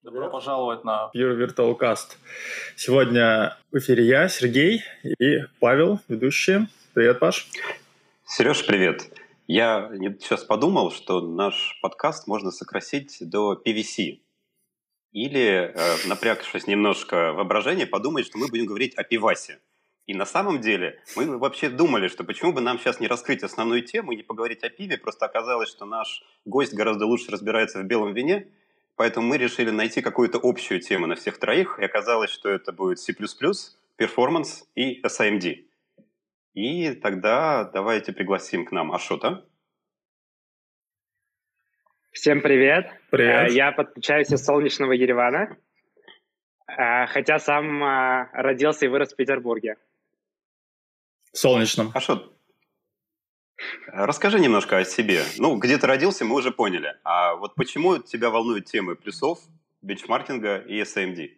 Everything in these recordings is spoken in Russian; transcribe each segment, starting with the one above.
Добро пожаловать на Pure Virtual Cast. Сегодня в эфире я, Сергей, и Павел, ведущие. Привет, Паш. Сереж, привет. Я сейчас подумал, что наш подкаст можно сократить до PVC. Или, напрягшись немножко воображение, подумать, что мы будем говорить о пивасе. И на самом деле мы вообще думали, что почему бы нам сейчас не раскрыть основную тему и не поговорить о пиве, просто оказалось, что наш гость гораздо лучше разбирается в белом вине, поэтому мы решили найти какую-то общую тему на всех троих, и оказалось, что это будет C++, Performance и SIMD. И тогда давайте пригласим к нам Ашота. Всем привет. Привет. Я подключаюсь из солнечного Еревана, хотя сам родился и вырос в Петербурге. Солнечном. Ашот, расскажи немножко о себе. Ну, где ты родился, мы уже поняли. А вот почему тебя волнуют темы плюсов, бенчмаркинга и SIMD?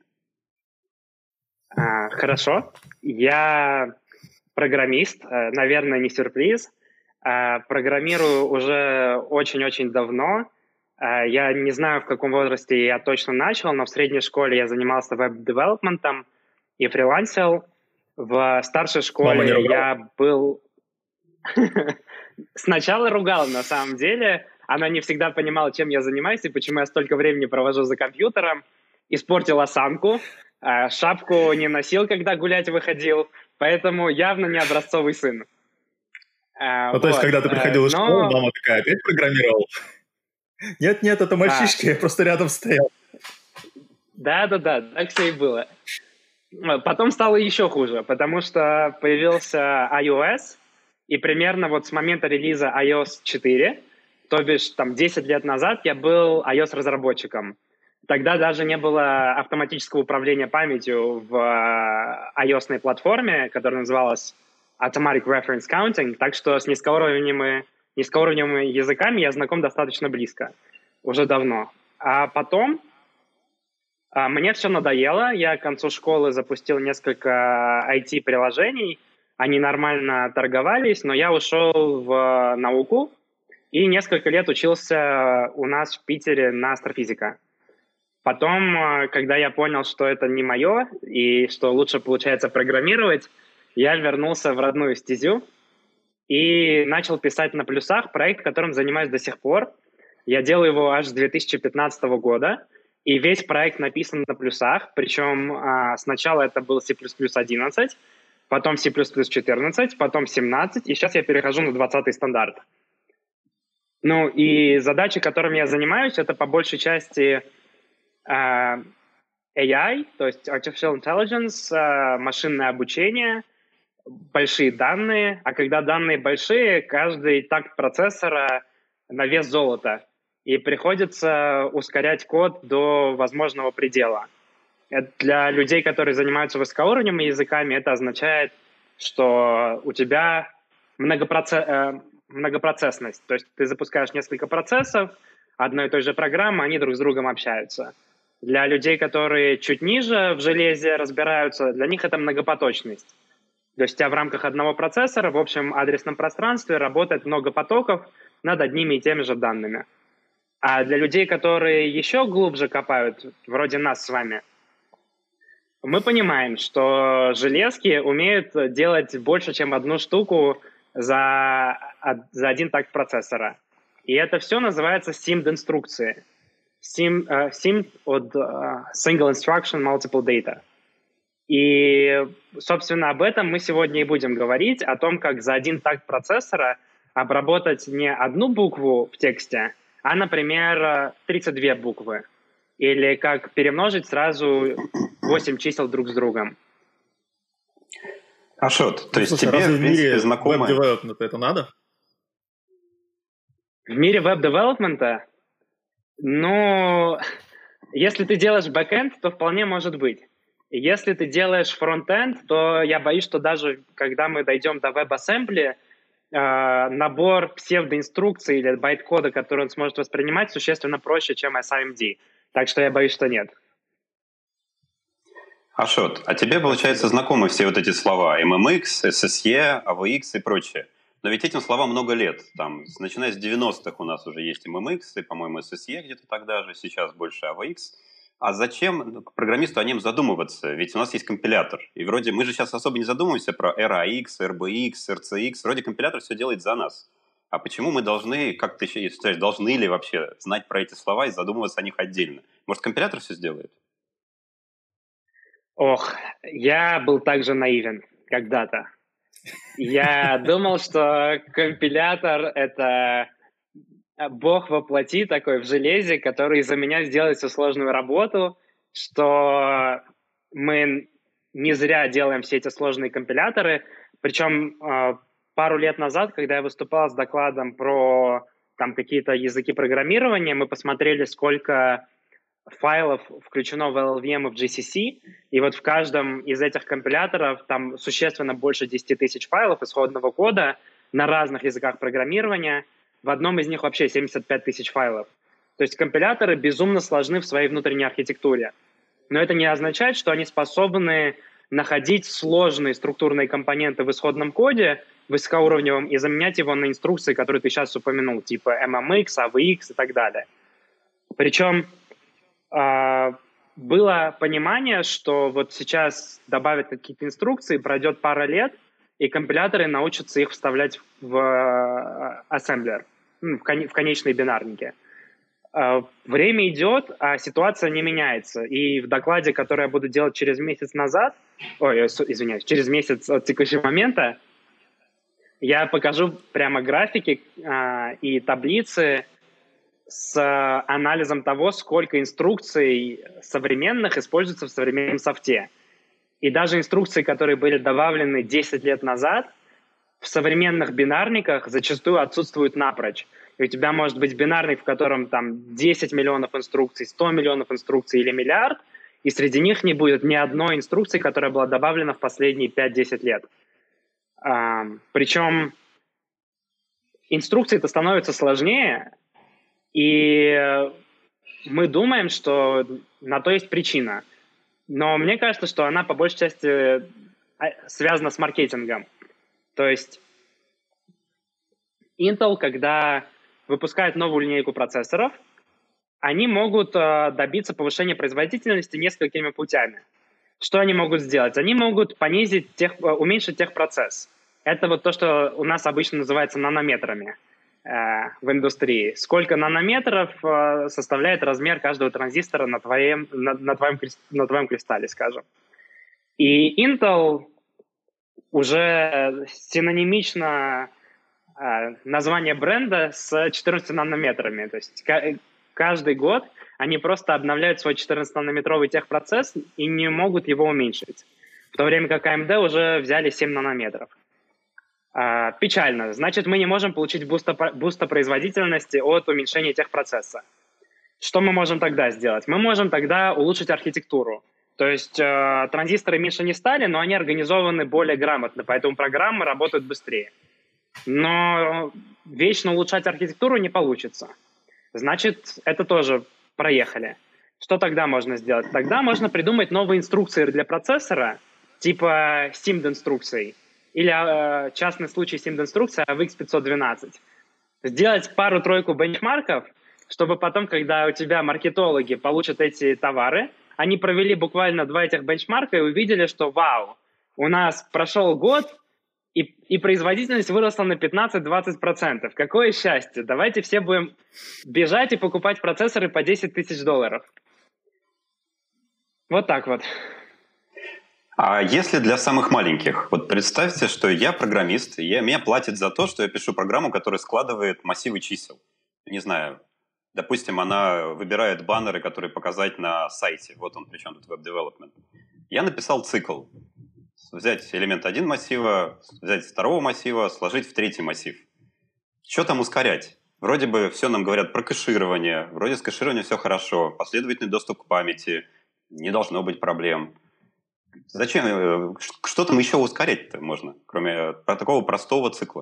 Хорошо. Я программист, наверное, не сюрприз. Программирую уже очень-очень давно. Я не знаю, в каком возрасте я точно начал, но в средней школе я занимался веб-девелопментом и фрилансил. В старшей школе я был... Сначала ругал, на самом деле. Она не всегда понимала, чем я занимаюсь и почему я столько времени провожу за компьютером. Испортил осанку, шапку не носил, когда гулять выходил, поэтому явно не образцовый сын. То есть, когда ты приходил в школу, мама такая, опять программировал? Нет, это мальчишки, я просто рядом стоял. Да, так все и было. Потом стало еще хуже, потому что появился iOS, и примерно вот с момента релиза iOS 4, то бишь там 10 лет назад, я был iOS-разработчиком. Тогда даже не было автоматического управления памятью в iOS-ной платформе, которая называлась Automatic Reference Counting, так что с низкоуровневыми языками я знаком достаточно близко, уже давно. А потом мне все надоело, я к концу школы запустил несколько IT-приложений, они нормально торговались, но я ушел в науку и несколько лет учился у нас в Питере на астрофизика. Потом, когда я понял, что это не мое и что лучше получается программировать, я вернулся в родную стезю и начал писать на плюсах проект, которым занимаюсь до сих пор. Я делаю его аж с 2015 года, и весь проект написан на плюсах, причем сначала это был C++ 11, потом C++ 14, потом 17, и сейчас я перехожу на 20-й стандарт. Ну и задачи, которыми я занимаюсь, это по большей части AI, то есть Artificial Intelligence, машинное обучение, большие данные, а когда данные большие, каждый такт процессора на вес золота, и приходится ускорять код до возможного предела. Для людей, которые занимаются высокоуровневыми языками, это означает, что у тебя многопроцессность, то есть ты запускаешь несколько процессов одной и той же программы, они друг с другом общаются. Для людей, которые чуть ниже в железе разбираются, для них это многопоточность. То есть у тебя в рамках одного процессора в общем адресном пространстве работает много потоков над одними и теми же данными. А для людей, которые еще глубже копают, вроде нас с вами, мы понимаем, что железки умеют делать больше, чем одну штуку за один такт процессора. И это все называется SIMD-инструкции. SIMD от Single Instruction Multiple Data. И, собственно, об этом мы сегодня и будем говорить, о том, как за один такт процессора обработать не одну букву в тексте, а, например, 32 буквы. Или как перемножить сразу 8 чисел друг с другом. Ашот, то есть тебе, в принципе, знакомо... В мире веб-девелопмента это надо? В мире веб-девелопмента? Ну, если ты делаешь бэкэнд, то вполне может быть. Если ты делаешь фронт-энд, то я боюсь, что даже когда мы дойдем до WebAssembly, набор псевдоинструкций или байт-кода, который он сможет воспринимать, существенно проще, чем SIMD. Так что я боюсь, что нет. Ашот, а тебе, получается, знакомы все вот эти слова MMX, SSE, AVX и прочее. Но ведь этим словам много лет. Там, начиная с 90-х у нас уже есть MMX и, по-моему, SSE где-то тогда же, сейчас больше AVX. А зачем программисту о нем задумываться? Ведь у нас есть компилятор. И вроде мы же сейчас особо не задумываемся про RAX, RBX, RCX. Вроде компилятор все делает за нас. А почему мы должны, как ты считаешь, должны ли вообще знать про эти слова и задумываться о них отдельно? Может, компилятор все сделает? Ох, я был также наивен когда-то. Я думал, что компилятор — это бог во плоти такой в железе, который за меня сделает всю сложную работу, что мы не зря делаем все эти сложные компиляторы. Причем пару лет назад, когда я выступал с докладом про там какие-то языки программирования, мы посмотрели, сколько файлов включено в LLVM и в GCC, и вот в каждом из этих компиляторов там существенно больше 10 тысяч файлов исходного кода на разных языках программирования. В одном из них вообще 75 тысяч файлов. То есть компиляторы безумно сложны в своей внутренней архитектуре. Но это не означает, что они способны находить сложные структурные компоненты в исходном коде, высокоуровневом, и заменять его на инструкции, которые ты сейчас упомянул, типа MMX, AVX и так далее. Причем было понимание, что вот сейчас добавят какие-то инструкции, пройдет пара лет, и компиляторы научатся их вставлять в ассемблер, в конечные бинарники. Время идет, а ситуация не меняется. И в докладе, который я буду делать через месяц через месяц от текущего момента, я покажу прямо графики и таблицы с анализом того, сколько инструкций современных используется в современном софте. И даже инструкции, которые были добавлены 10 лет назад, в современных бинарниках зачастую отсутствуют напрочь. И у тебя может быть бинарник, в котором там 10 миллионов инструкций, 100 миллионов инструкций или миллиард, и среди них не будет ни одной инструкции, которая была добавлена в последние 5-10 лет. Причем инструкции-то становятся сложнее, и мы думаем, что на то есть причина. Но мне кажется, что она по большей части связана с маркетингом. То есть Intel, когда выпускает новую линейку процессоров, они могут добиться повышения производительности несколькими путями. Что они могут сделать? Они могут уменьшить техпроцесс. Это вот то, что у нас обычно называется нанометрами в индустрии. Сколько нанометров составляет размер каждого транзистора на твоем кристалле, скажем. И Intel уже синонимично название бренда с 14 нанометрами. То есть каждый год они просто обновляют свой 14-нанометровый техпроцесс и не могут его уменьшить. В то время как AMD уже взяли 7 нанометров. Печально. Значит, мы не можем получить буста производительности от уменьшения техпроцесса. Что мы можем тогда сделать? Мы можем тогда улучшить архитектуру. То есть транзисторы меньше не стали, но они организованы более грамотно, поэтому программы работают быстрее. Но вечно улучшать архитектуру не получится. Значит, это тоже проехали. Что тогда можно сделать? Тогда можно придумать новые инструкции для процессора, типа SIMD-инструкций, или частный случай SIMD-инструкция AVX 512. Сделать пару-тройку бенчмарков, чтобы потом, когда у тебя маркетологи получат эти товары, они провели буквально 2 этих бенчмарка и увидели, что вау, у нас прошел год, и производительность выросла на 15-20%. Какое счастье! Давайте все будем бежать и покупать процессоры по $10 тысяч. Вот так вот. А если для самых маленьких? Вот представьте, что я программист, и меня платят за то, что я пишу программу, которая складывает массивы чисел. Не знаю, допустим, она выбирает баннеры, которые показать на сайте. Вот он, причем тут веб-девелопмент. Я написал цикл. Взять элемент 1 массива, взять из 2 массива, сложить в 3 массив. Что там ускорять? Вроде бы все нам говорят про кэширование, вроде с кэшированием все хорошо, последовательный доступ к памяти, не должно быть проблем. Зачем? Что там еще ускорять-то можно, кроме такого простого цикла?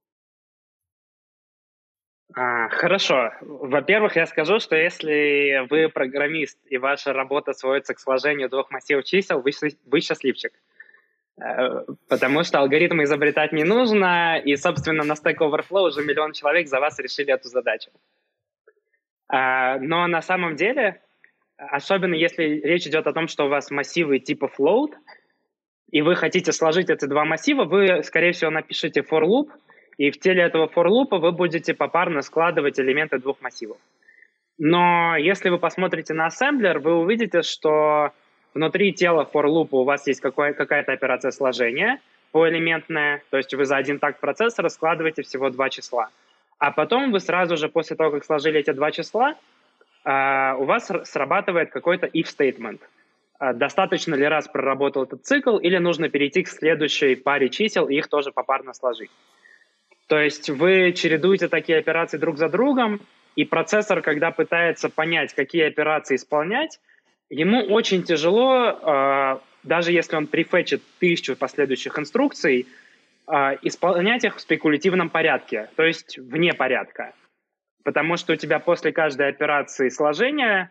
Хорошо. Во-первых, я скажу, что если вы программист и ваша работа сводится к сложению 2 массивов чисел, вы счастливчик. Потому что алгоритмы изобретать не нужно, и, собственно, на Stack Overflow уже 1 миллион человек за вас решили эту задачу. Но на самом деле особенно если речь идет о том, что у вас массивы типа float, и вы хотите сложить эти два массива, вы, скорее всего, напишите for loop, и в теле этого for loop вы будете попарно складывать элементы двух массивов. Но если вы посмотрите на ассемблер, вы увидите, что внутри тела for loop у вас есть какая-то операция сложения поэлементная, то есть вы за один такт процессора складываете всего два числа. А потом вы сразу же, после того, как сложили эти два числа, у вас срабатывает какой-то if statement. Достаточно ли раз проработал этот цикл, или нужно перейти к следующей паре чисел и их тоже попарно сложить. То есть вы чередуете такие операции друг за другом, и процессор, когда пытается понять, какие операции исполнять, ему очень тяжело, даже если он префетчит 1000 последующих инструкций, исполнять их в спекулятивном порядке, то есть вне порядка. Потому что у тебя после каждой операции сложения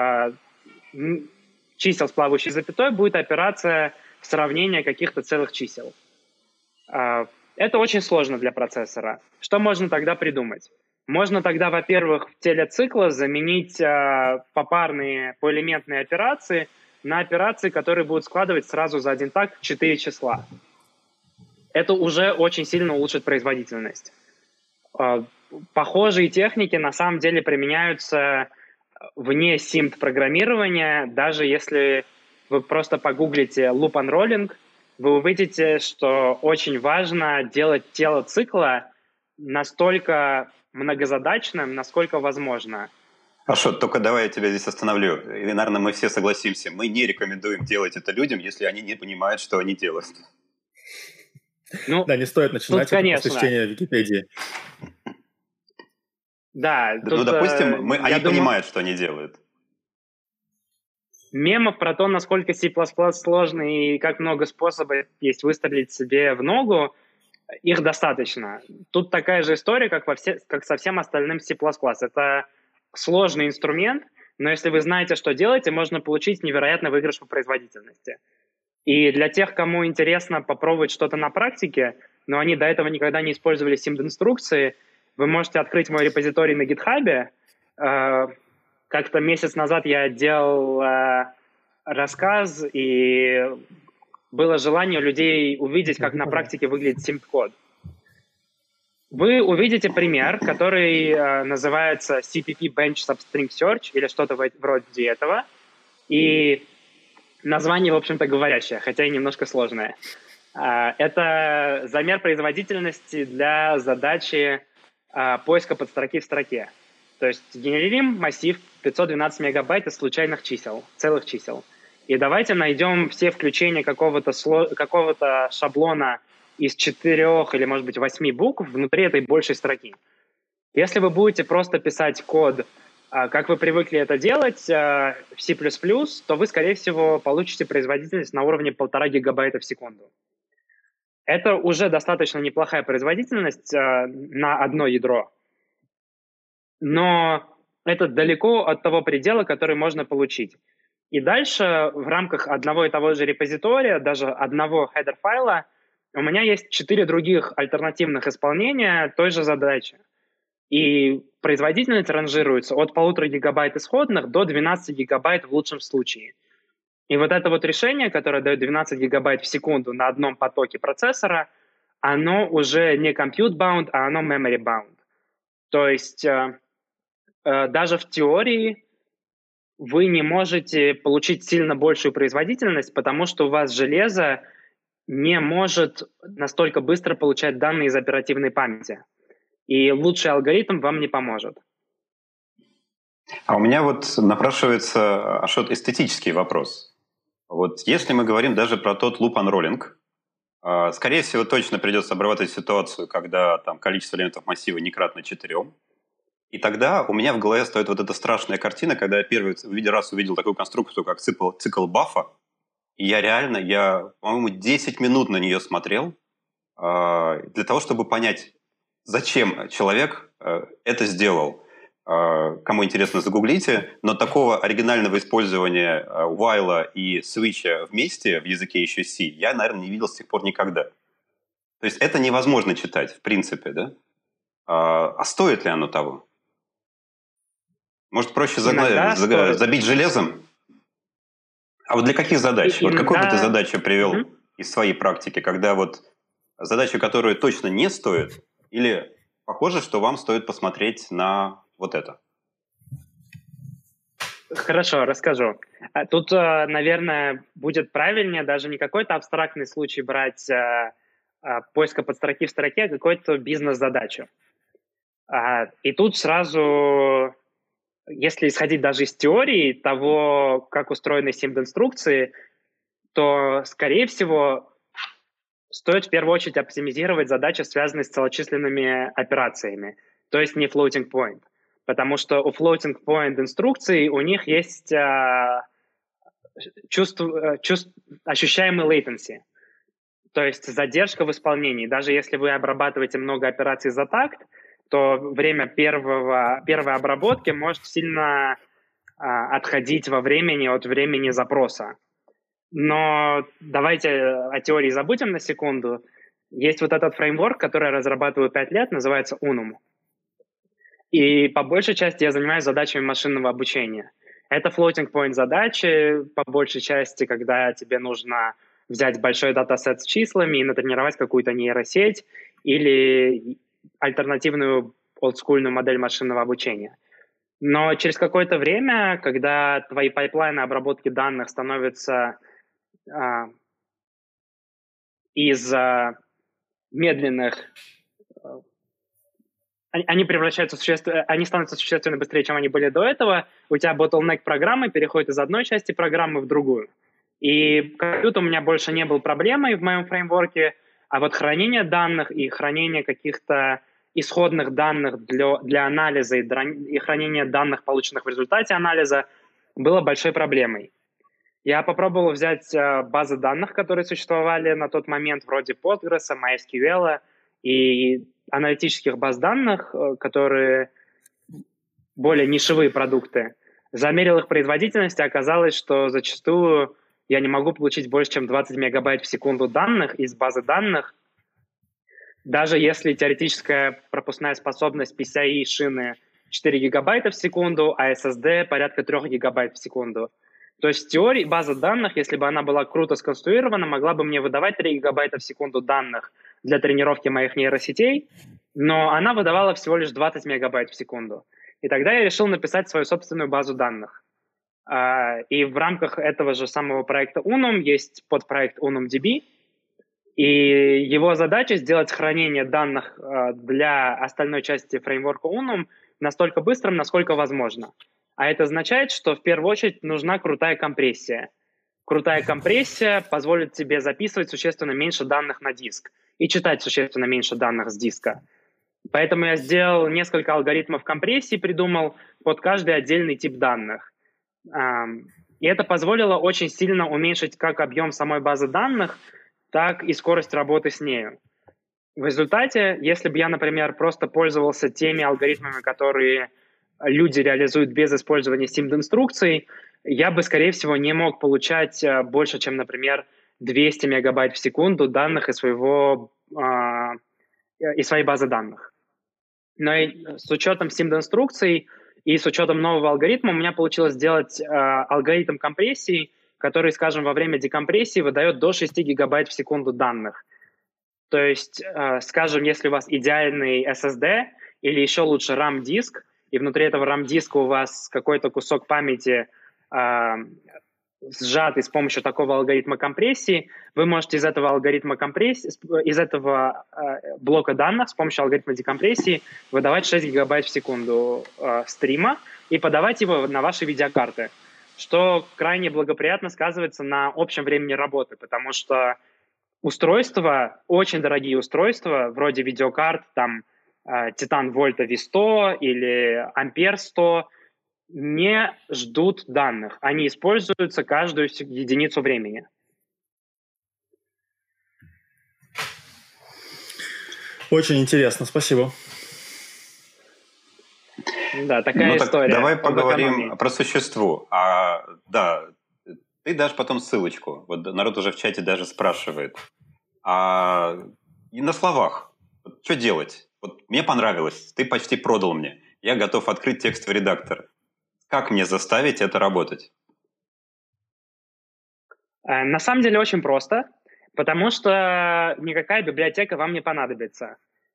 чисел с плавающей запятой будет операция сравнения каких-то целых чисел. Это очень сложно для процессора. Что можно тогда придумать? Можно тогда, во-первых, в теле цикла заменить попарные поэлементные операции на операции, которые будут складывать сразу за один такт 4 числа. Это уже очень сильно улучшит производительность. Похожие техники на самом деле применяются вне SIMD-программирования. Даже если вы просто погуглите loop unrolling, вы увидите, что очень важно делать тело цикла настолько многозадачным, насколько возможно. Ашот, только давай я тебя здесь остановлю. И, наверное, мы все согласимся. Мы не рекомендуем делать это людям, если они не понимают, что они делают. Ну, да, не стоит начинать после чтения Википедии. Да, тут, допустим, они понимают, что они делают. Мемов про то, насколько C++ сложный и как много способов есть выстрелить себе в ногу, их достаточно. Тут такая же история, как со всем остальным C++. Это сложный инструмент, но если вы знаете, что делаете, можно получить невероятный выигрыш по производительности. И для тех, кому интересно попробовать что-то на практике, но они до этого никогда не использовали SIMD-инструкции, вы можете открыть мой репозиторий на GitHub. Как-то месяц назад я делал рассказ, и было желание у людей увидеть, как на практике выглядит SIMD-код. Вы увидите пример, который называется CPP Bench Substring Search или что-то вроде этого. И название, в общем-то, говорящее, хотя и немножко сложное. Это замер производительности для задачи поиска подстроки в строке. То есть генерим массив 512 мегабайт из случайных чисел, целых чисел. И давайте найдем все включения какого-то шаблона из 4 или, может быть, 8 букв внутри этой большей строки. Если вы будете просто писать код, как вы привыкли это делать в C++, то вы, скорее всего, получите производительность на уровне 1,5 гигабайта в секунду. Это уже достаточно неплохая производительность на одно ядро. Но это далеко от того предела, который можно получить. И дальше в рамках одного и того же репозитория, даже одного хедер-файла, у меня есть 4 других альтернативных исполнения той же задачи. И производительность ранжируется от 1,5 гигабайт исходных до 12 гигабайт в лучшем случае. И вот это вот решение, которое дает 12 гигабайт в секунду на одном потоке процессора, оно уже не compute-bound, а оно memory-bound. То есть даже в теории вы не можете получить сильно большую производительность, потому что у вас железо не может настолько быстро получать данные из оперативной памяти. И лучший алгоритм вам не поможет. А у меня вот напрашивается, Ашот, эстетический вопрос. Вот если мы говорим даже про тот loop unrolling, скорее всего, точно придется обрабатывать ситуацию, когда там количество элементов массива не кратно 4. И тогда у меня в голове стоит вот эта страшная картина, когда я первый раз увидел такую конструкцию, как цикл баффа, и я, по-моему, 10 минут на нее смотрел для того, чтобы понять, зачем человек это сделал. Кому интересно, загуглите. Но такого оригинального использования while и switch вместе в языке еще C я, наверное, не видел с тех пор никогда. То есть это невозможно читать, в принципе, да? А стоит ли оно того? Может, проще забить железом? А вот для каких задач? Вот какую бы ты задачу привел из своей практики, когда вот задача, которую точно не стоит, или похоже, что вам стоит посмотреть на вот это? Хорошо, расскажу. Тут, наверное, будет правильнее даже не какой-то абстрактный случай брать поиска подстроки в строке, а какую-то бизнес-задачу. И тут сразу, если исходить даже из теории того, как устроены симд-инструкции, то, скорее всего, стоит в первую очередь оптимизировать задачи, связанные с целочисленными операциями, то есть не floating point. Потому что у floating point инструкций у них есть ощущаемый latency, то есть задержка в исполнении. Даже если вы обрабатываете много операций за такт, то время первой обработки может сильно отходить во времени от времени запроса. Но давайте о теории забудем на секунду. Есть вот этот фреймворк, который я разрабатываю 5 лет, называется Unum. И по большей части я занимаюсь задачами машинного обучения. Это floating point задачи, по большей части, когда тебе нужно взять большой датасет с числами и натренировать какую-то нейросеть или альтернативную олдскульную модель машинного обучения. Но через какое-то время, когда твои пайплайны обработки данных становятся из медленных, они становятся существенно быстрее, чем они были до этого, у тебя bottleneck программы переходит из одной части программы в другую. И компьютер у меня больше не был проблемой в моем фреймворке, а вот хранение данных и хранение каких-то исходных данных для анализа и хранение данных, полученных в результате анализа, было большой проблемой. Я попробовал взять базы данных, которые существовали на тот момент, вроде Postgres, MySQL и аналитических баз данных, которые более нишевые продукты. Замерил их производительность, и оказалось, что зачастую я не могу получить больше, чем 20 мегабайт в секунду данных из базы данных, даже если теоретическая пропускная способность PCIe шины 4 гигабайта в секунду, а SSD порядка 3 гигабайт в секунду. То есть в теории база данных, если бы она была круто сконструирована, могла бы мне выдавать 3 гигабайта в секунду данных для тренировки моих нейросетей, но она выдавала всего лишь 20 мегабайт в секунду. И тогда я решил написать свою собственную базу данных. И в рамках этого же самого проекта Unum есть подпроект UnumDB, и его задача сделать хранение данных для остальной части фреймворка Unum настолько быстрым, насколько возможно. А это означает, что в первую очередь нужна крутая компрессия. Крутая компрессия позволит тебе записывать существенно меньше данных на диск и читать существенно меньше данных с диска. Поэтому я сделал несколько алгоритмов компрессии, придумал под каждый отдельный тип данных. И это позволило очень сильно уменьшить как объем самой базы данных, так и скорость работы с нею. В результате, если бы я, например, просто пользовался теми алгоритмами, которые люди реализуют без использования симд-инструкций, я бы, скорее всего, не мог получать больше, чем, например, 200 мегабайт в секунду данных из своей базы данных. Но и с учетом симд-инструкций и с учетом нового алгоритма у меня получилось сделать алгоритм компрессии, который, скажем, во время декомпрессии выдает до 6 гигабайт в секунду данных. То есть, скажем, если у вас идеальный SSD или еще лучше RAM-диск, и внутри этого RAM-диска у вас какой-то кусок памяти сжатый с помощью такого алгоритма компрессии, вы можете из этого алгоритма компрессии, из этого блока данных с помощью алгоритма декомпрессии выдавать 6 гигабайт в секунду стрима и подавать его на ваши видеокарты, что крайне благоприятно сказывается на общем времени работы, потому что устройства, очень дорогие устройства, вроде видеокарт, там, Titan Volta V100 или Ampere 100, не ждут данных. Они используются каждую единицу времени. Очень интересно, спасибо. Да, такая история. Давай поговорим про существо. Да, ты дашь потом ссылочку. Вот народ уже в чате даже спрашивает. И на словах. Вот, что делать? Вот мне понравилось. Ты почти продал мне. Я готов открыть текстовый редактор. Как мне заставить это работать? На самом деле очень просто, потому что никакая библиотека вам не понадобится.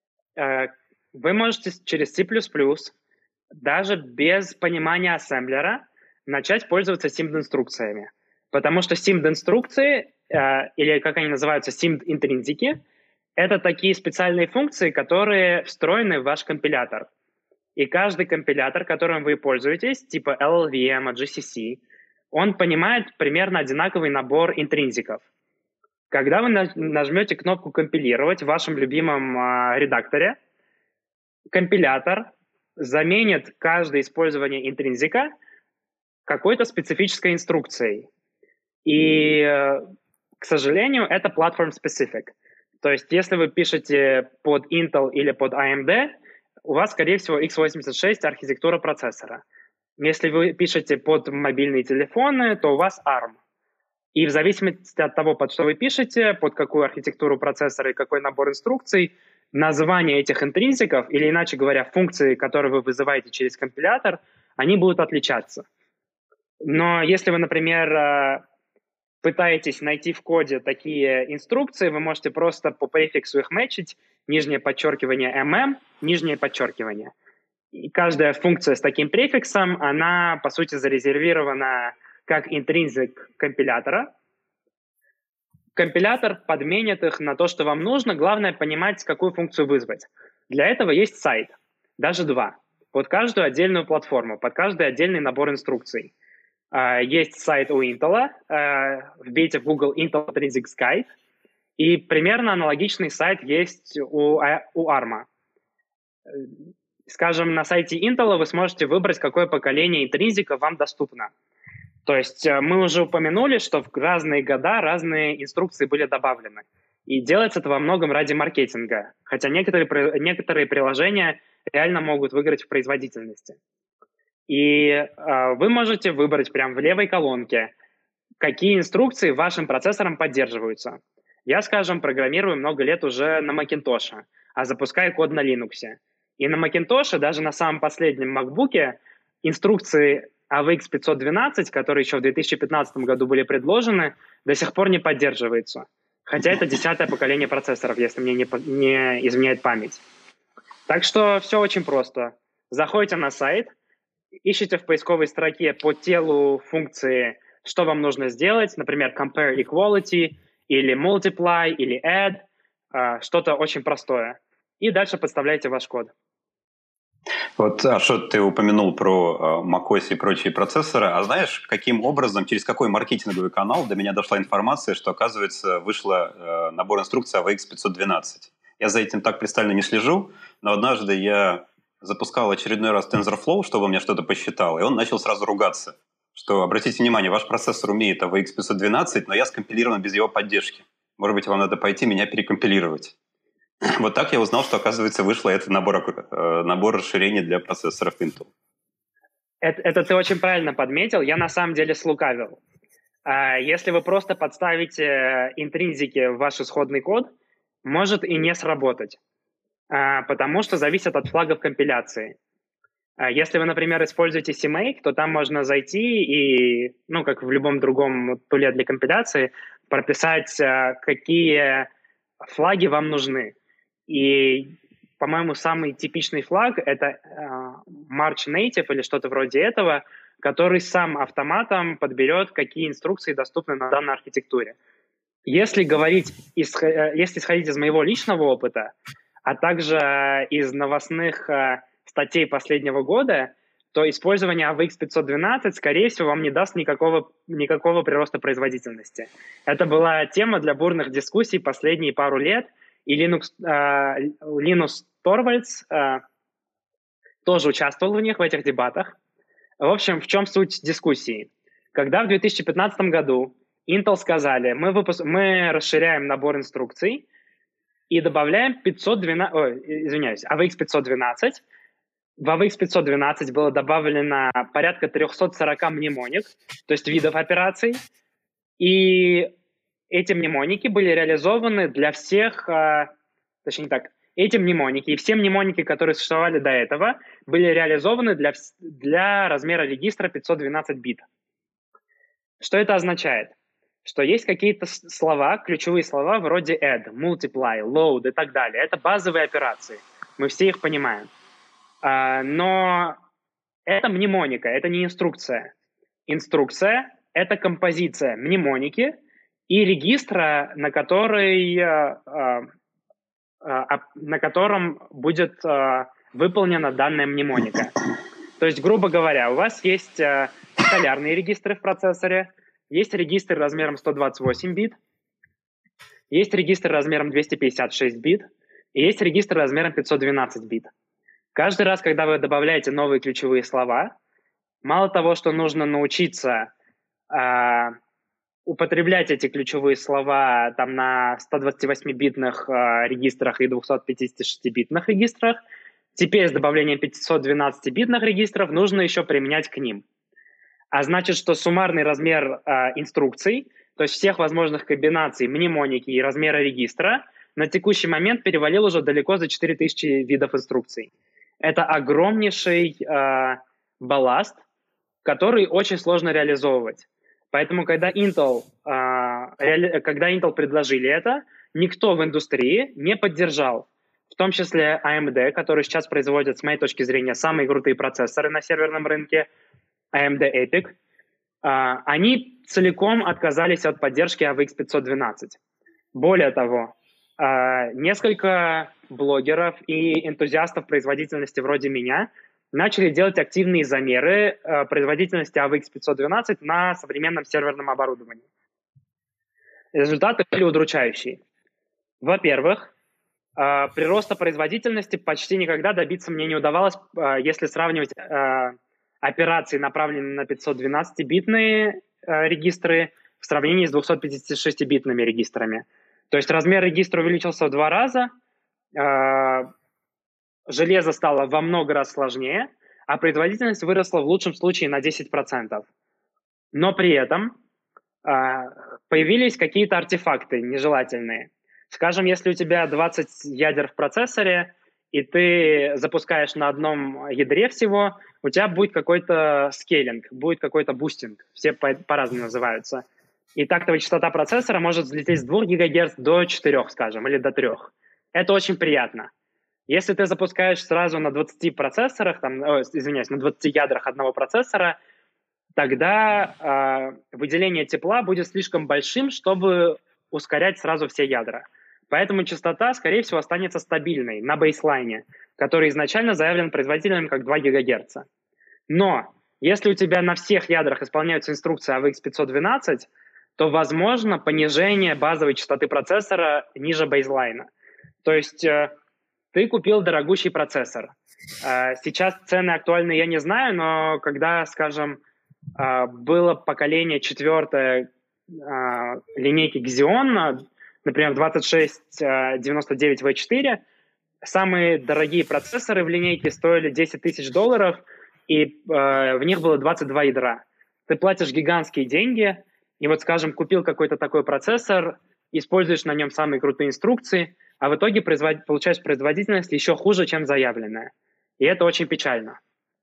Вы можете через C++, даже без понимания ассемблера, начать пользоваться SIMD-инструкциями. Потому что SIMD-инструкции, или как они называются, SIMD-интринзики, это такие специальные функции, которые встроены в ваш компилятор. И каждый компилятор, которым вы пользуетесь, типа LLVM, GCC, он понимает примерно одинаковый набор интринзиков. Когда вы нажмете кнопку «Компилировать» в вашем любимом редакторе, компилятор заменит каждое использование интринзика какой-то специфической инструкцией. И, к сожалению, это platform-specific. То есть, если вы пишете под Intel или под AMD, у вас, скорее всего, x86 архитектура процессора. Если вы пишете под мобильные телефоны, то у вас ARM. И в зависимости от того, под что вы пишете, под какую архитектуру процессора и какой набор инструкций, название этих интринзиков, или, иначе говоря, функции, которые вы вызываете через компилятор, они будут отличаться. Но если вы, например, пытаетесь найти в коде такие инструкции, вы можете просто по префиксу их мэчить, нижнее подчеркивание MM, нижнее подчеркивание. И каждая функция с таким префиксом, она, по сути, зарезервирована как интринзик компилятора. Компилятор подменит их на то, что вам нужно. Главное понимать, какую функцию вызвать. Для этого есть сайт, даже два, под каждую отдельную платформу, под каждый отдельный набор инструкций. Есть сайт у Intel, вбейте в Google Intel Intrinsics Guide, и примерно аналогичный сайт есть у ARM. Скажем, на сайте Intel вы сможете выбрать, какое поколение интринзика вам доступно. То есть мы уже упомянули, что в разные года разные инструкции были добавлены. И делается это во многом ради маркетинга, хотя некоторые приложения реально могут выиграть в производительности. И вы можете выбрать прямо в левой колонке, какие инструкции вашим процессором поддерживаются. Я, скажем, программирую много лет уже на Macintosh, а запускаю код на Linux. И на Macintosh, даже на самом последнем MacBook, инструкции AVX 512, которые еще в 2015 году были предложены, до сих пор не поддерживаются. Хотя это 10-е поколение процессоров, если мне не изменяет память. Так что все очень просто. Заходите на сайт, ищите в поисковой строке по телу функции, что вам нужно сделать, например, compare equality, или multiply, или add, что-то очень простое. И дальше подставляйте ваш код. Вот, Ашот, ты упомянул про macOS и прочие процессоры. А знаешь, каким образом, через какой маркетинговый канал до меня дошла информация, что, оказывается, вышла набор инструкций AVX 512? Я за этим так пристально не слежу, но однажды я запускал очередной раз TensorFlow, чтобы он мне что-то посчитал, и он начал сразу ругаться, что, обратите внимание, ваш процессор умеет AVX 512, но я скомпилирован без его поддержки. Может быть, вам надо пойти меня перекомпилировать. Вот так я узнал, что, оказывается, вышло это набор расширений для процессоров Intel. Это ты очень правильно подметил. Я на самом деле слукавил. Если вы просто подставите интринзики в ваш исходный код, может и не сработать, потому что зависит от флагов компиляции. Если вы, например, используете CMake, то там можно зайти и, как в любом другом туле для компиляции, прописать, какие флаги вам нужны. И, по-моему, самый типичный флаг — это March Native или что-то вроде этого, который сам автоматом подберет, какие инструкции доступны на данной архитектуре. Если исходить из моего личного опыта, а также из новостных статей последнего года, то использование AVX 512, скорее всего, вам не даст никакого прироста производительности. Это была тема для бурных дискуссий последние пару лет, и Linus Torvalds тоже участвовал в этих дебатах. В общем, в чем суть дискуссии? Когда в 2015 году Intel сказали, мы расширяем набор инструкций и добавляем AVX 512, в AVX 512 было добавлено порядка 340 мнемоник, то есть видов операций, и эти мнемоники были реализованы для всех, точнее так, эти мнемоники и все мнемоники, которые существовали до этого, были реализованы для размера регистра 512 бит. Что это означает? Что есть какие-то слова, ключевые слова вроде add, multiply, load и так далее. Это базовые операции. Мы все их понимаем. Но это мнемоника, это не инструкция. Инструкция – это композиция мнемоники и регистра, на котором будет выполнена данная мнемоника. То есть, грубо говоря, у вас есть скалярные регистры в процессоре, есть регистр размером 128 бит, есть регистр размером 256 бит, и есть регистр размером 512 бит. Каждый раз, когда вы добавляете новые ключевые слова, мало того, что нужно научиться употреблять эти ключевые слова там, на 128-битных регистрах и 256-битных регистрах, теперь с добавлением 512-битных регистров нужно еще применять к ним. А значит, что суммарный размер инструкций, то есть всех возможных комбинаций мнемоники и размера регистра, на текущий момент перевалил уже далеко за 4000 видов инструкций. Это огромнейший балласт, который очень сложно реализовывать. Поэтому, когда Intel предложили это, никто в индустрии не поддержал. В том числе AMD, который сейчас производит, с моей точки зрения, самые крутые процессоры на серверном рынке, AMD EPYC, они целиком отказались от поддержки AVX 512. Более того, несколько блогеров и энтузиастов производительности вроде меня начали делать активные замеры производительности AVX 512 на современном серверном оборудовании. Результаты были удручающие. Во-первых, прироста производительности почти никогда добиться мне не удавалось, если сравнивать операции, направленные на 512-битные регистры, в сравнении с 256-битными регистрами. То есть размер регистра увеличился в 2 раза, железо стало во много раз сложнее, а производительность выросла в лучшем случае на 10%. Но при этом появились какие-то артефакты нежелательные. Скажем, если у тебя 20 ядер в процессоре, и ты запускаешь на одном ядре всего, у тебя будет какой-то скейлинг, будет какой-то бустинг, все по-разному называются. И тактовая частота процессора может взлететь с 2 ГГц до 4, скажем, или до 3. Это очень приятно. Если ты запускаешь сразу на 20 процессорах, на 20 ядрах одного процессора, тогда выделение тепла будет слишком большим, чтобы ускорять сразу все ядра. Поэтому частота, скорее всего, останется стабильной на бейслайне, который изначально заявлен производителем как 2 ГГц. Но если у тебя на всех ядрах исполняются инструкции AVX 512, то возможно понижение базовой частоты процессора ниже бейслайна. То есть ты купил дорогущий процессор. Сейчас цены актуальны, я не знаю, но когда, скажем, было поколение 4 линейки Xeon, например, 2699V4, самые дорогие процессоры в линейке стоили $10 тысяч, и в них было 22 ядра. Ты платишь гигантские деньги, и вот, скажем, купил какой-то такой процессор, используешь на нем самые крутые инструкции, а в итоге получаешь производительность еще хуже, чем заявленная. И это очень печально.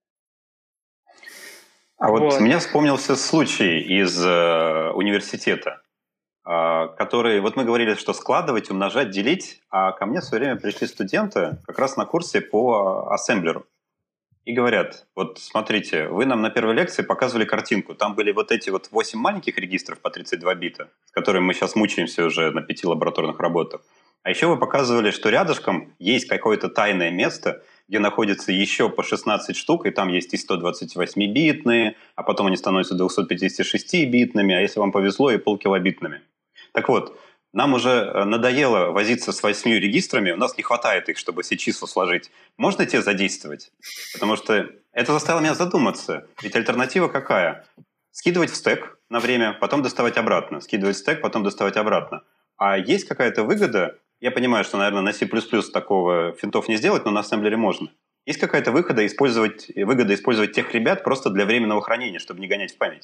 А вот у меня вспомнился случай из университета, который, вот мы говорили, что складывать, умножать, делить, а ко мне в свое время пришли студенты как раз на курсе по ассемблеру. И говорят, вот смотрите, вы нам на первой лекции показывали картинку, там были вот эти вот 8 маленьких регистров по 32 бита, с которыми мы сейчас мучаемся уже на 5 лабораторных работах. А еще вы показывали, что рядышком есть какое-то тайное место, где находится еще по 16 штук, и там есть и 128-битные, а потом они становятся 256-битными, а если вам повезло, и полкилобитными. Так вот, нам уже надоело возиться с 8 регистрами, у нас не хватает их, чтобы все числа сложить. Можно те задействовать? Потому что это заставило меня задуматься. Ведь альтернатива какая? Скидывать в стэк на время, потом доставать обратно. Скидывать в стэк, потом доставать обратно. А есть какая-то выгода? Я понимаю, что, наверное, на C++ такого финтов не сделать, но на ассемблере можно. Есть какая-то выгода использовать тех ребят просто для временного хранения, чтобы не гонять в память?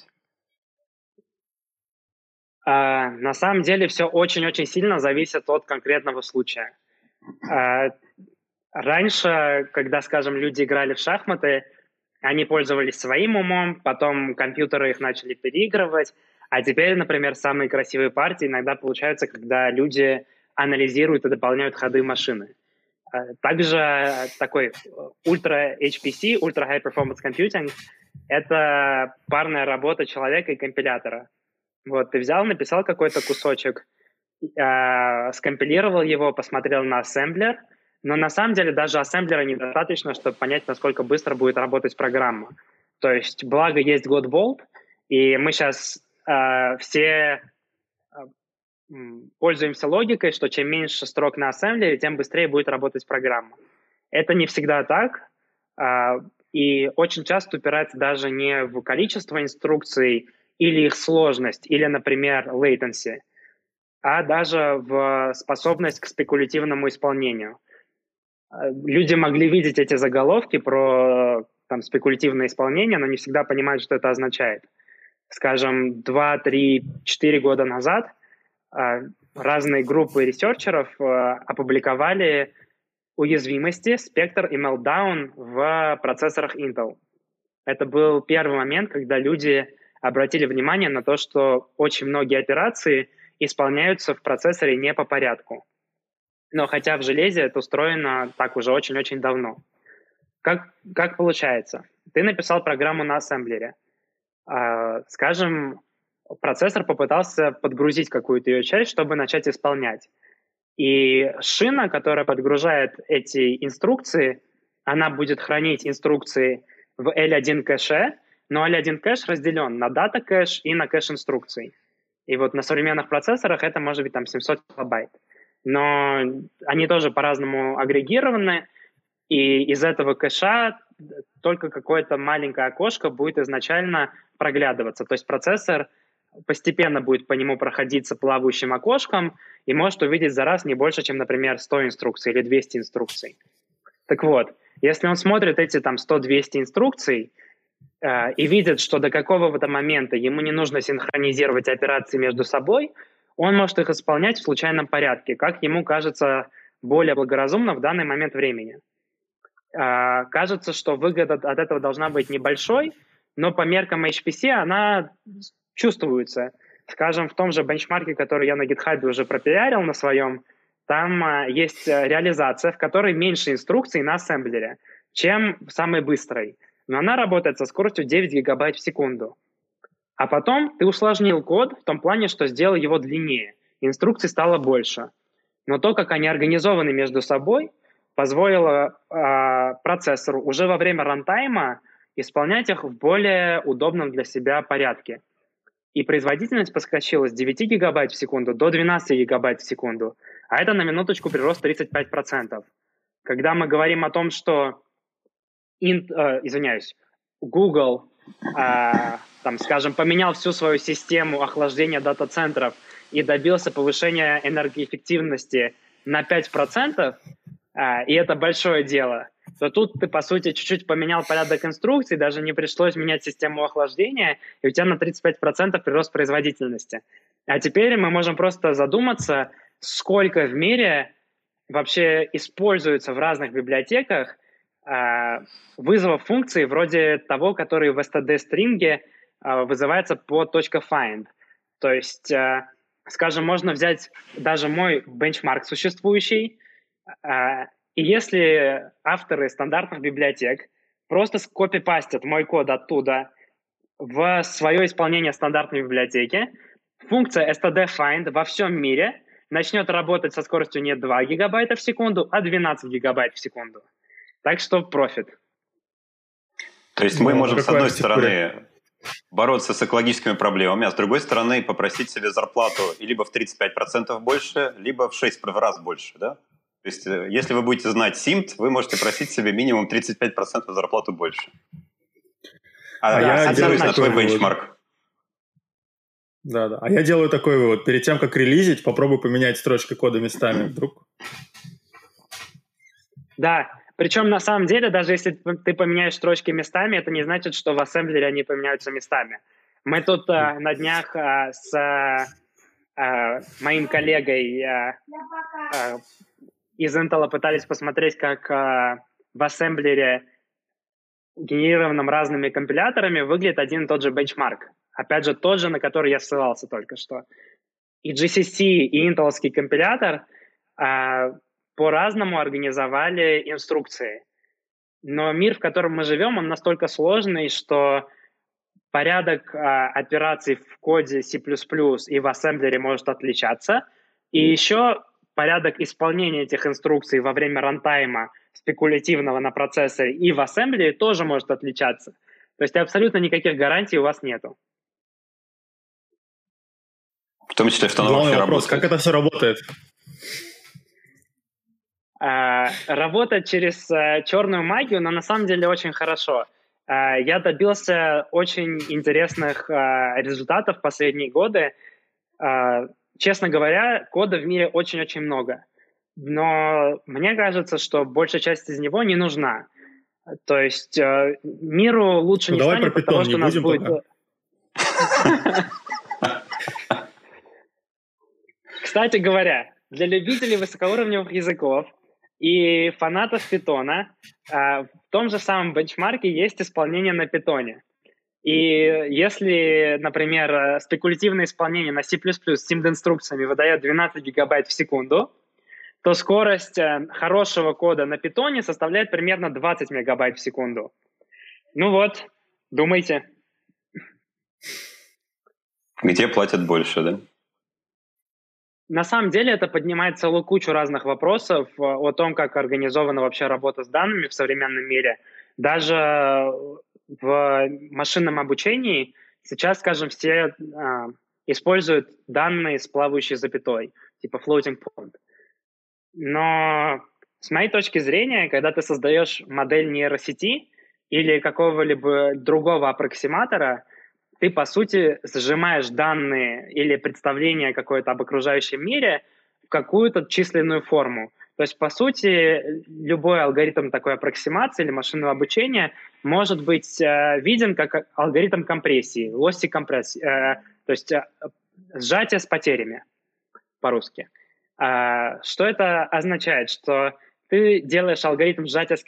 На самом деле все очень-очень сильно зависит от конкретного случая. Раньше, когда, скажем, люди играли в шахматы, они пользовались своим умом, потом компьютеры их начали переигрывать, а теперь, например, самые красивые партии иногда получаются, когда люди анализируют и дополняют ходы машины. Также такой Ultra HPC, Ultra High Performance Computing, это парная работа человека и компилятора. Вот, ты взял, написал какой-то кусочек, скомпилировал его, посмотрел на ассемблер, но на самом деле даже ассемблера недостаточно, чтобы понять, насколько быстро будет работать программа. То есть, благо есть Godbolt, и мы сейчас все пользуемся логикой, что чем меньше строк на ассемблере, тем быстрее будет работать программа. Это не всегда так, и очень часто упирается даже не в количество инструкций или их сложность, или, например, latency, а даже в способность к спекулятивному исполнению. Люди могли видеть эти заголовки про спекулятивное исполнение, но не всегда понимают, что это означает. Скажем, 2, 3, 4 года назад разные группы ресерчеров опубликовали уязвимости Spectre и Meltdown в процессорах Intel. Это был первый момент, когда люди обратили внимание на то, что очень многие операции исполняются в процессоре не по порядку. Но хотя в железе это устроено так уже очень-очень давно. Как получается? Ты написал программу на ассемблере. Скажем, процессор попытался подгрузить какую-то ее часть, чтобы начать исполнять. И шина, которая подгружает эти инструкции, она будет хранить инструкции в L1 кэше, но L1 кэш разделен на дата кэш и на кэш инструкций. И вот на современных процессорах это может быть 700 килобайт. Но они тоже по-разному агрегированы, и из этого кэша только какое-то маленькое окошко будет изначально проглядываться. То есть процессор постепенно будет по нему проходиться плавающим окошком и может увидеть за раз не больше, чем, например, 100 инструкций или 200 инструкций. Так вот, если он смотрит эти 100-200 инструкций и видит, что до какого-то момента ему не нужно синхронизировать операции между собой, он может их исполнять в случайном порядке, как ему кажется более благоразумно в данный момент времени. Кажется, что выгода от этого должна быть небольшой, но по меркам HPC она чувствуется. Скажем, в том же бенчмарке, который я на GitHub уже пропиарил на своем, там есть реализация, в которой меньше инструкций на ассемблере, чем в самой быстрой. Но она работает со скоростью 9 гигабайт в секунду. А потом ты усложнил код в том плане, что сделал его длиннее. Инструкций стало больше. Но то, как они организованы между собой, позволило процессору уже во время рантайма исполнять их в более удобном для себя порядке. И производительность подскочила с 9 гигабайт в секунду до 12 гигабайт в секунду. А это на минуточку прирост 35%. Когда мы говорим о том, что Google, скажем, поменял всю свою систему охлаждения дата-центров и добился повышения энергоэффективности на 5%, и это большое дело, то тут ты, по сути, чуть-чуть поменял порядок инструкций, даже не пришлось менять систему охлаждения, и у тебя на 35% прирост производительности. А теперь мы можем просто задуматься, сколько в мире вообще используется в разных библиотеках вызовов функций вроде того, который в std-стринге вызывается по .find. То есть, скажем, можно взять даже мой бенчмарк существующий, и если авторы стандартных библиотек просто скопипастят мой код оттуда в свое исполнение стандартной библиотеки, функция std-find во всем мире начнет работать со скоростью не 2 гигабайта в секунду, а 12 гигабайт в секунду. Так что профит. То есть мы можем, с одной стороны, бороться с экологическими проблемами, а с другой стороны, попросить себе зарплату либо в 35% больше, либо в 6 раз больше, да? То есть, если вы будете знать SIMT, вы можете просить себе минимум 35% зарплату больше. Я делаю на твой бенчмарк. Да. А я делаю такой вывод. Перед тем, как релизить, попробуй поменять строчки кода местами вдруг. Да, причем на самом деле, даже если ты поменяешь строчки местами, это не значит, что в ассемблере они поменяются местами. Мы тут на днях с моим коллегой из Intel пытались посмотреть, как в ассемблере, генерированном разными компиляторами, выглядит один и тот же бенчмарк. Опять же, тот же, на который я ссылался только что. И GCC, и интеловский компилятор по-разному организовали инструкции. Но мир, в котором мы живем, он настолько сложный, что порядок операций в коде C++ и в ассемблере может отличаться. И еще порядок исполнения этих инструкций во время рантайма спекулятивного на процессоре и в ассемблере тоже может отличаться. То есть абсолютно никаких гарантий у вас нету. В том числе, что главный вопрос, как это все работает? Работать через черную магию, но на самом деле очень хорошо. Я добился очень интересных результатов в последние годы. Честно говоря, кода в мире очень-очень много. Но мне кажется, что большая часть из него не нужна. То есть миру лучше не станет, потому что у нас будет... Кстати говоря, для любителей высокоуровневых языков и фанатов питона в том же самом бенчмарке есть исполнение на питоне. И если, например, спекулятивное исполнение на C++ с симд-инструкциями выдает 12 гигабайт в секунду, то скорость хорошего кода на питоне составляет примерно 20 мегабайт в секунду. Ну вот, думайте. Где платят больше, да? На самом деле это поднимает целую кучу разных вопросов о том, как организована вообще работа с данными в современном мире. Даже в машинном обучении сейчас, скажем, все используют данные с плавающей запятой, типа floating point. Но с моей точки зрения, когда ты создаешь модель нейросети или какого-либо другого аппроксиматора, ты, по сути, сжимаешь данные или представление какое-то об окружающем мире в какую-то численную форму. То есть, по сути, любой алгоритм такой аппроксимации или машинного обучения может быть виден как алгоритм компрессии, lossy компрессии, то есть сжатие с потерями по-русски. Что это означает? Что ты делаешь алгоритм сжатия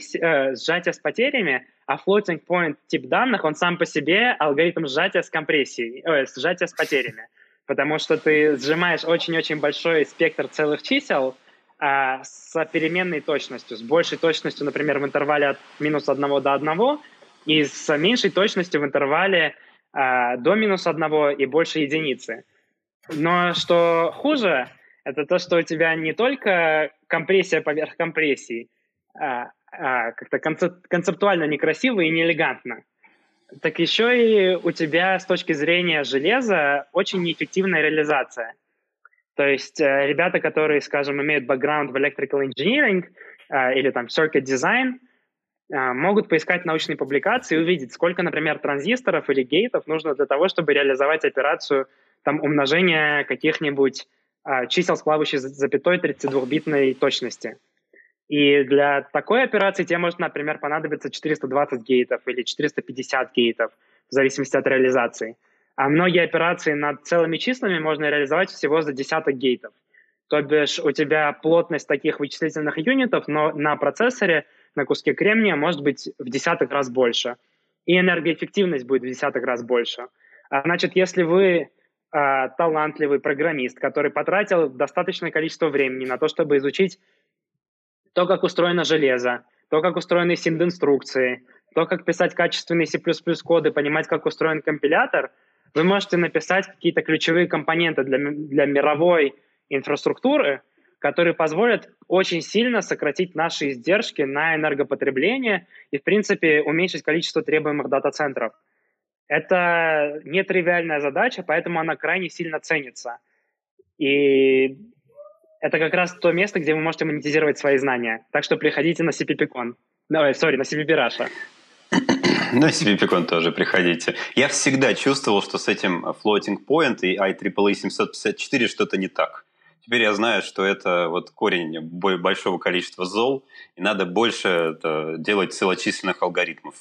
с потерями, а floating point тип данных, он сам по себе алгоритм сжатия с компрессией, сжатия с потерями. Потому что ты сжимаешь очень-очень большой спектр целых чисел с переменной точностью, с большей точностью, например, в интервале от -1 до 1, и с меньшей точностью в интервале до -1 и больше единицы. Но что хуже, это то, что у тебя не только компрессия поверх компрессии, как-то концептуально некрасиво и неэлегантно, так еще и у тебя с точки зрения железа очень неэффективная реализация. То есть ребята, которые, скажем, имеют бэкграунд в electrical engineering или там circuit design, могут поискать научные публикации и увидеть, сколько, например, транзисторов или гейтов нужно для того, чтобы реализовать операцию там, умножения каких-нибудь чисел с плавающей запятой 32-битной точности. И для такой операции тебе может, например, понадобиться 420 гейтов или 450 гейтов, в зависимости от реализации. А многие операции над целыми числами можно реализовать всего за десяток гейтов. То бишь у тебя плотность таких вычислительных юнитов, но на процессоре, на куске кремния может быть в десяток раз больше. И энергоэффективность будет в десяток раз больше. Значит, если вы талантливый программист, который потратил достаточное количество времени на то, чтобы изучить то, как устроено железо, то, как устроены симд-инструкции, то, как писать качественные C++ коды, понимать, как устроен компилятор, вы можете написать какие-то ключевые компоненты для мировой инфраструктуры, которые позволят очень сильно сократить наши издержки на энергопотребление и, в принципе, уменьшить количество требуемых дата-центров. Это нетривиальная задача, поэтому она крайне сильно ценится. И это как раз то место, где вы можете монетизировать свои знания. Так что приходите на CPP-Con. На CPP Russia. На CPP-Con тоже приходите. Я всегда чувствовал, что с этим Floating Point и IEEE 754 что-то не так. Теперь я знаю, что это вот корень большого количества зол, и надо больше делать целочисленных алгоритмов.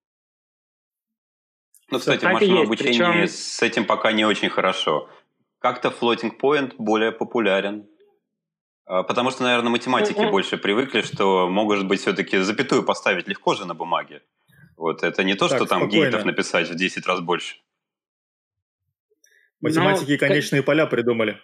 Ну, кстати, в машинном обучении с этим пока не очень хорошо. Как-то Floating Point более популярен. Потому что, наверное, математики больше привыкли, что, может быть, все-таки запятую поставить легко же на бумаге. Вот это не то, Так, что там спокойно. гейтов написать в 10 раз больше. Математики конечные поля придумали.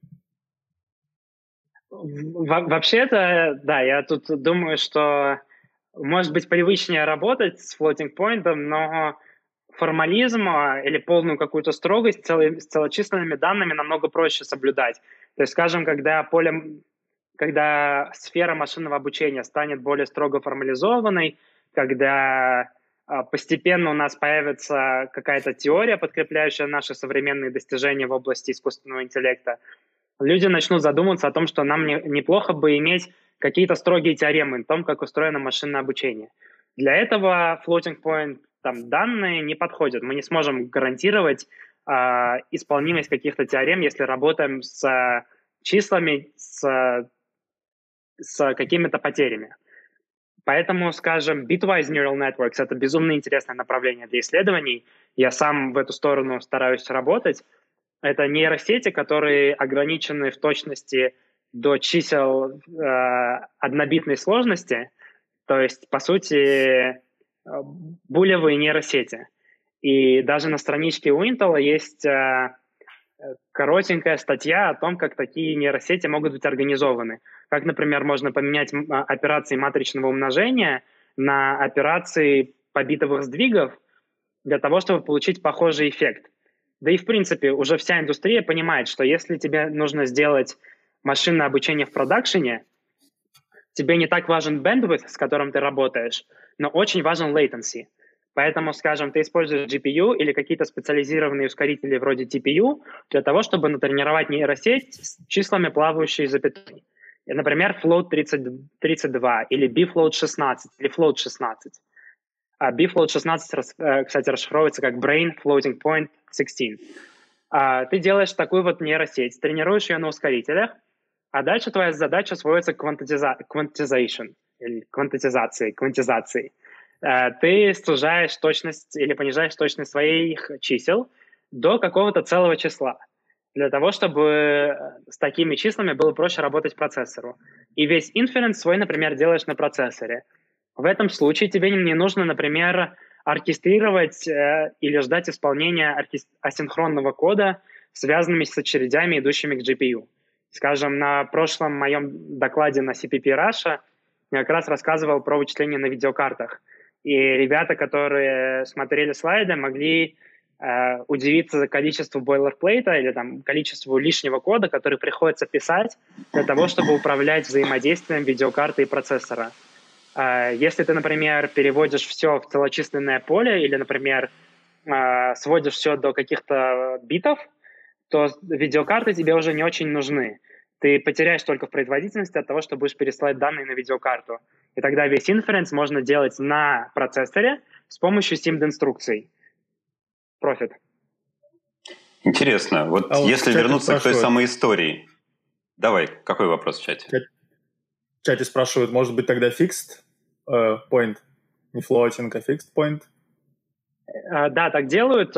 Вообще-то, да, я тут думаю, что может быть привычнее работать с floating point, но формализм или полную какую-то строгость с целочисленными данными намного проще соблюдать. То есть, скажем, когда сфера машинного обучения станет более строго формализованной, когда постепенно у нас появится какая-то теория, подкрепляющая наши современные достижения в области искусственного интеллекта, люди начнут задумываться о том, что нам неплохо бы иметь какие-то строгие теоремы о том, как устроено машинное обучение. Для этого floating point данные не подходят. Мы не сможем гарантировать исполнимость каких-то теорем, если работаем с числами, с какими-то потерями. Поэтому, скажем, bitwise neural networks — это безумно интересное направление для исследований. Я сам в эту сторону стараюсь работать. Это нейросети, которые ограничены в точности до чисел однобитной сложности, то есть, по сути, булевые нейросети. И даже на страничке у Intel есть коротенькая статья о том, как такие нейросети могут быть организованы. Как, например, можно поменять операции матричного умножения на операции побитовых сдвигов для того, чтобы получить похожий эффект. Да и, в принципе, уже вся индустрия понимает, что если тебе нужно сделать машинное обучение в продакшене, тебе не так важен bandwidth, с которым ты работаешь, но очень важен latency. Поэтому, скажем, ты используешь GPU или какие-то специализированные ускорители вроде TPU для того, чтобы натренировать нейросеть с числами, плавающей запятой. Например, float 32 или bfloat 16 или float 16. А bfloat 16, кстати, расшифровывается как brain floating point 16. Ты делаешь такую вот нейросеть, тренируешь ее на ускорителях, а дальше твоя задача сводится к quantization, или квантизации. Ты сужаешь точность или понижаешь точность своих чисел до какого-то целого числа, для того, чтобы с такими числами было проще работать процессору. И весь inference свой, например, делаешь на процессоре. В этом случае тебе не нужно, например, оркестрировать или ждать исполнения асинхронного кода, связанными с очередями, идущими к GPU. Скажем, на прошлом моем докладе на CPP Russia я как раз рассказывал про вычисления на видеокартах. И ребята, которые смотрели слайды, могли удивиться за количеству бойлерплейта или количеству лишнего кода, который приходится писать для того, чтобы управлять взаимодействием видеокарты и процессора. Если ты, например, переводишь все в целочисленное поле или, например, сводишь все до каких-то битов, то видеокарты тебе уже не очень нужны. Ты потеряешь только в производительности от того, что будешь пересылать данные на видеокарту. И тогда весь inference можно делать на процессоре с помощью SIMD-инструкций. Профит. Интересно. Вот если вернуться к той самой истории. Давай, какой вопрос в чате? В чате спрашивают, может быть, тогда fixed point? Не floating, а fixed point? Да, так делают,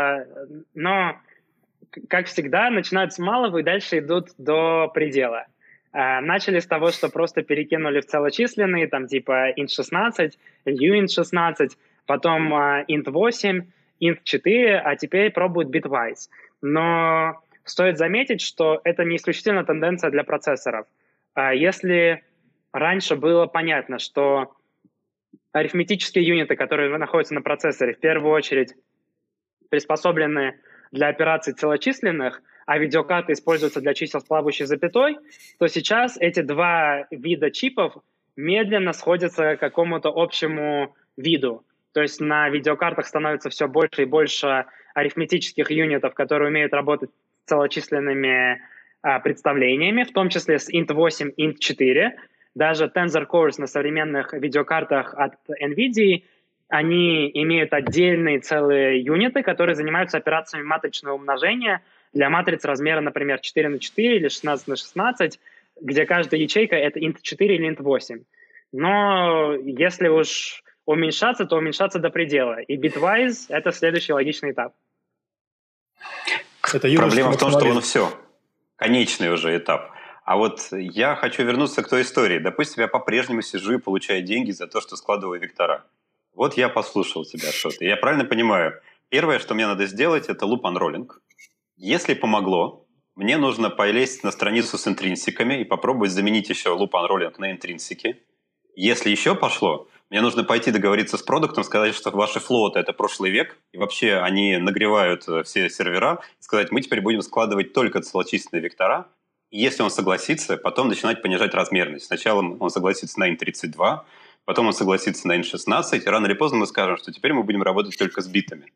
но, как всегда, начинают с малого и дальше идут до предела. Начали с того, что просто перекинули в целочисленные, типа int16, uint16, потом int8, int4, а теперь пробуют bitwise. Но стоит заметить, что это не исключительно тенденция для процессоров. Если раньше было понятно, что арифметические юниты, которые находятся на процессоре, в первую очередь приспособлены для операций целочисленных, а видеокарты используются для чисел с плавающей запятой, то сейчас эти два вида чипов медленно сходятся к какому-то общему виду. То есть на видеокартах становится все больше и больше арифметических юнитов, которые умеют работать с целочисленными представлениями, в том числе с int8, int4. Даже Tensor Cores на современных видеокартах от NVIDIA, они имеют отдельные целые юниты, которые занимаются операциями матричного умножения для матриц размера, например, 4 на 4 или 16 на 16, где каждая ячейка — это int4 или int8. Но если уж уменьшаться, то уменьшаться до предела. И bitwise — это следующий логичный этап. Проблема в том, что он все. Конечный уже этап. А вот я хочу вернуться к той истории. Допустим, я по-прежнему сижу и получаю деньги за то, что складываю вектора. Вот я послушал тебя что-то. Я правильно понимаю? Первое, что мне надо сделать, это loop unrolling. Если помогло, мне нужно полезть на страницу с интринсиками и попробовать заменить еще loop unrolling на интринсики. Если еще пошло, мне нужно пойти договориться с продуктом, сказать, что ваши флоты — это прошлый век, и вообще они нагревают все сервера, и сказать, мы теперь будем складывать только целочисленные вектора. И если он согласится, потом начинать понижать размерность. Сначала он согласится на int32, потом он согласится на int16, и рано или поздно мы скажем, что теперь мы будем работать только с битами.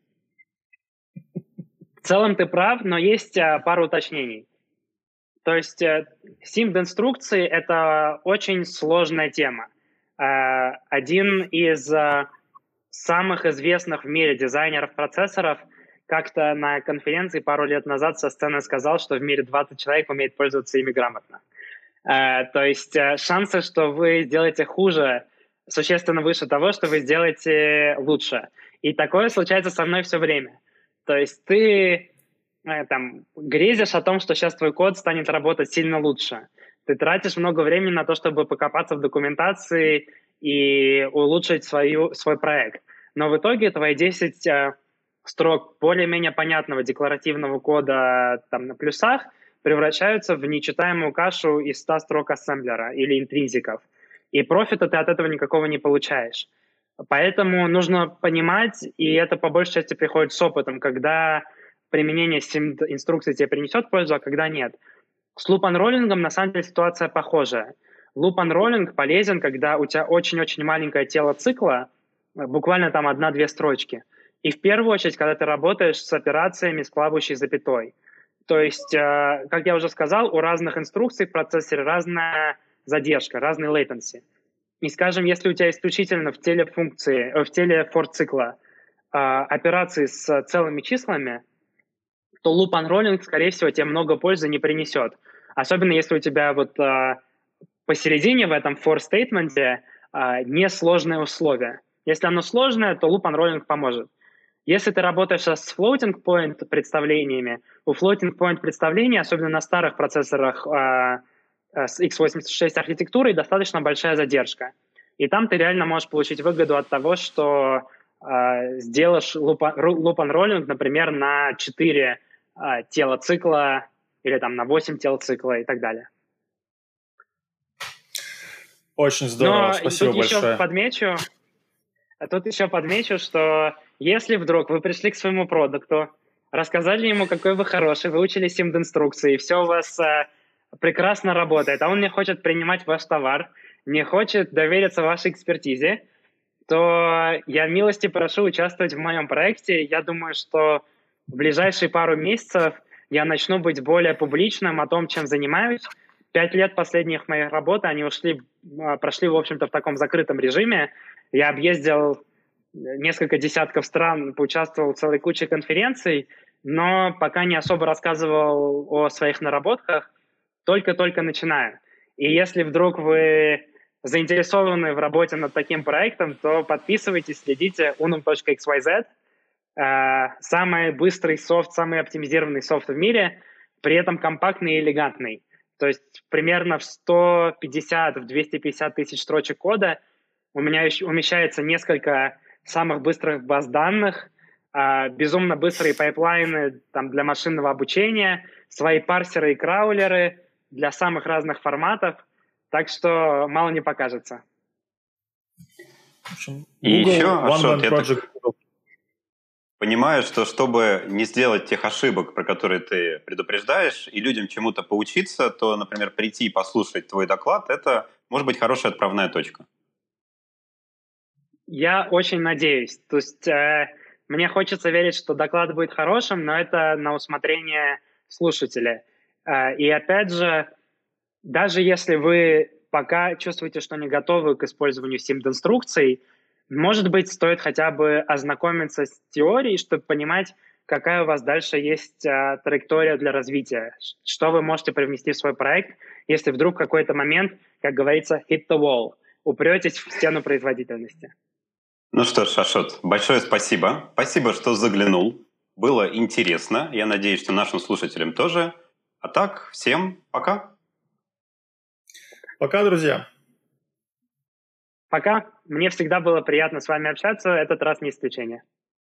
В целом ты прав, но есть пару уточнений. То есть SIMD-инструкции — это очень сложная тема. Один из самых известных в мире дизайнеров процессоров как-то на конференции пару лет назад со сцены сказал, что в мире 20 человек умеет пользоваться ими грамотно. То есть шансы, что вы сделаете хуже, существенно выше того, что вы сделаете лучше. И такое случается со мной все время. То есть ты грезишь о том, что сейчас твой код станет работать сильно лучше. Ты тратишь много времени на то, чтобы покопаться в документации и улучшить свой проект. Но в итоге твои 10 строк более-менее понятного декларативного кода на плюсах превращаются в нечитаемую кашу из 100 строк ассемблера или интринзиков. И профита ты от этого никакого не получаешь. Поэтому нужно понимать, и это по большей части приходит с опытом, когда применение инструкции тебе принесет пользу, а когда нет. С луп-анроллингом на самом деле ситуация похожая. Луп-анроллинг полезен, когда у тебя очень-очень маленькое тело цикла, буквально там 1-2 строчки. И в первую очередь, когда ты работаешь с операциями с плавающей запятой. То есть, как я уже сказал, у разных инструкций в процессоре разная задержка, разный latency. И, скажем, если у тебя исключительно в теле функции, в теле for цикла операции с целыми числами, то loop unrolling, скорее всего, тебе много пользы не принесет. Особенно если у тебя посередине в этом for statement несложные условия. Если оно сложное, то loop unrolling поможет. Если ты работаешь с floating point представлениями, у floating point представлений, особенно на старых процессорах с x86 архитектурой, достаточно большая задержка. И там ты реально можешь получить выгоду от того, что сделаешь loop unrolling, например, на 4 тела цикла или на 8 тел цикла и так далее. Очень здорово, спасибо большое. Тут еще подмечу, что если вдруг вы пришли к своему продукту, рассказали ему, какой вы хороший, выучили SIMD-инструкции, и все у вас прекрасно работает, а он не хочет принимать ваш товар, не хочет довериться вашей экспертизе, то я милости прошу участвовать в моем проекте. Я думаю, что в ближайшие пару месяцев я начну быть более публичным о том, чем занимаюсь. 5 лет последних моих работ, они прошли, в общем-то, в таком закрытом режиме. Я объездил несколько десятков стран, поучаствовал в целой куче конференций, но пока не особо рассказывал о своих наработках, только-только начинаю. И если вдруг вы заинтересованы в работе над таким проектом, то подписывайтесь, следите unum.xyz. Самый быстрый софт, самый оптимизированный софт в мире, при этом компактный и элегантный. То есть примерно в 150-250 тысяч строчек кода у меня умещается несколько самых быстрых баз данных, безумно быстрые пайплайны для машинного обучения, свои парсеры и краулеры для самых разных форматов, так что мало не покажется. И еще, Ашот, я понимаю, что чтобы не сделать тех ошибок, про которые ты предупреждаешь, и людям чему-то поучиться, то, например, прийти и послушать твой доклад – это может быть хорошая отправная точка. Я очень надеюсь. То есть мне хочется верить, что доклад будет хорошим, но это на усмотрение слушателя. И опять же, даже если вы пока чувствуете, что не готовы к использованию SIMD-инструкций, может быть, стоит хотя бы ознакомиться с теорией, чтобы понимать, какая у вас дальше есть траектория для развития, что вы можете привнести в свой проект, если вдруг в какой-то момент, как говорится, hit the wall, упретесь в стену производительности. Ну что ж, Ашот, большое спасибо. Спасибо, что заглянул. Было интересно. Я надеюсь, что нашим слушателям тоже. А так, всем пока. Пока, друзья. Пока. Мне всегда было приятно с вами общаться. Этот раз не исключение.